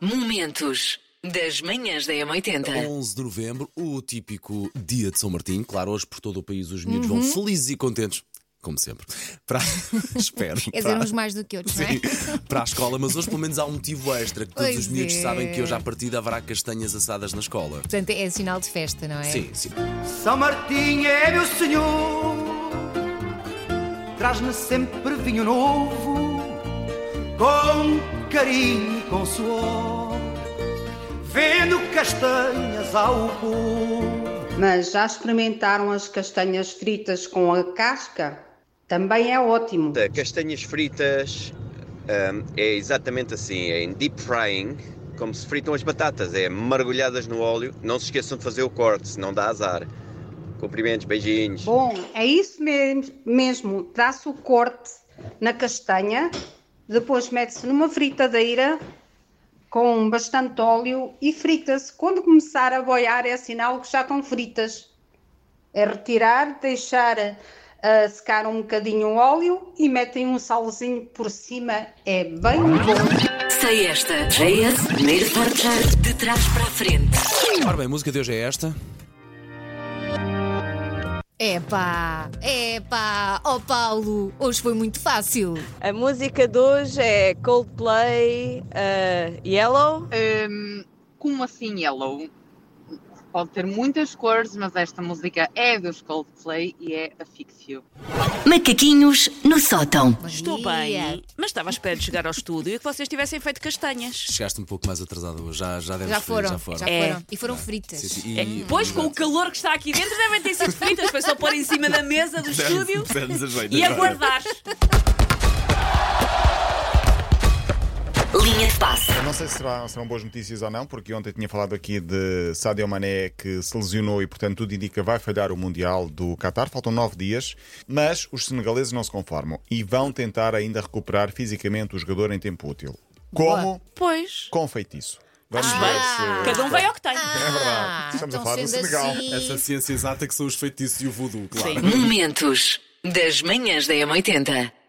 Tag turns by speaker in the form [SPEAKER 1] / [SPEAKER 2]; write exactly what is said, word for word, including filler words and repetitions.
[SPEAKER 1] Momentos das manhãs da M oitenta.
[SPEAKER 2] onze de novembro, o típico dia de São Martim. Claro, hoje por todo o país os miúdos uhum. vão felizes e contentes, como sempre, para... espero
[SPEAKER 3] Quer dizer, uns mais do que outros,
[SPEAKER 2] Sim,
[SPEAKER 3] não é?
[SPEAKER 2] para a escola, mas hoje pelo menos há um motivo extra, que todos
[SPEAKER 3] Pois
[SPEAKER 2] os miúdos
[SPEAKER 3] é.
[SPEAKER 2] sabem que hoje à partida haverá castanhas assadas na escola.
[SPEAKER 3] Portanto, é sinal de festa, não é?
[SPEAKER 2] Sim, sim.
[SPEAKER 4] São Martim é meu senhor, traz-me sempre vinho novo, com carinho e com suor, vendo castanhas ao povo.
[SPEAKER 5] Mas já experimentaram as castanhas fritas com a casca? Também é ótimo.
[SPEAKER 6] Castanhas fritas um, é exatamente assim, é em deep frying, como se fritam as batatas, é mergulhadas no óleo. Não se esqueçam de fazer o corte, senão dá azar. Cumprimentos, beijinhos.
[SPEAKER 5] Bom, é isso mesmo, dá-se o corte na castanha, depois mete-se numa fritadeira com bastante óleo e frita-se. Quando começar a boiar é sinal que já estão fritas. É retirar, deixar uh, secar um bocadinho o óleo e metem um salzinho por cima. É bem bom.
[SPEAKER 1] Sei esta. J S, primeiro portar de trás para a frente.
[SPEAKER 2] Ora bem, a música de hoje é esta.
[SPEAKER 3] Epá, epá, ó Paulo, hoje foi muito fácil.
[SPEAKER 7] A música de hoje é Coldplay, uh, Yellow.
[SPEAKER 8] Um, como assim Yellow? Pode ter muitas cores, mas esta música é dos Coldplay e é Asfixio.
[SPEAKER 1] Macaquinhos no sótão.
[SPEAKER 9] Estou bem, mas estava à espera de chegar ao estúdio e que vocês tivessem feito castanhas.
[SPEAKER 2] Chegaste um pouco mais atrasado hoje, já, já,
[SPEAKER 3] Já foram,
[SPEAKER 2] já foram.
[SPEAKER 3] já
[SPEAKER 9] É.
[SPEAKER 3] foram. E foram fritas.
[SPEAKER 2] Sim, sim. E,
[SPEAKER 9] É, pois, com o calor que está aqui dentro, devem ter sido fritas. Foi só pôr em cima da mesa do estúdio e aguardar.
[SPEAKER 1] Linha de passe.
[SPEAKER 10] Eu não sei se serão, serão boas notícias ou não, porque ontem tinha falado aqui de Sadio Mané, que se lesionou e, portanto, tudo indica vai falhar o Mundial do Qatar. Faltam nove dias, mas os senegaleses não se conformam e vão tentar ainda recuperar fisicamente o jogador em tempo útil. Como?
[SPEAKER 9] Pois.
[SPEAKER 10] Com feitiço. Vamos
[SPEAKER 9] Ah,
[SPEAKER 10] ver se...
[SPEAKER 9] cada um vai ao que tem.
[SPEAKER 10] É verdade. Estamos a
[SPEAKER 3] então
[SPEAKER 10] falar do
[SPEAKER 3] sendo
[SPEAKER 10] Senegal.
[SPEAKER 3] assim-
[SPEAKER 2] Essa ciência exata que são os feitiços e o voodoo, claro.
[SPEAKER 9] Sim.
[SPEAKER 1] Momentos das manhãs da M oitenta.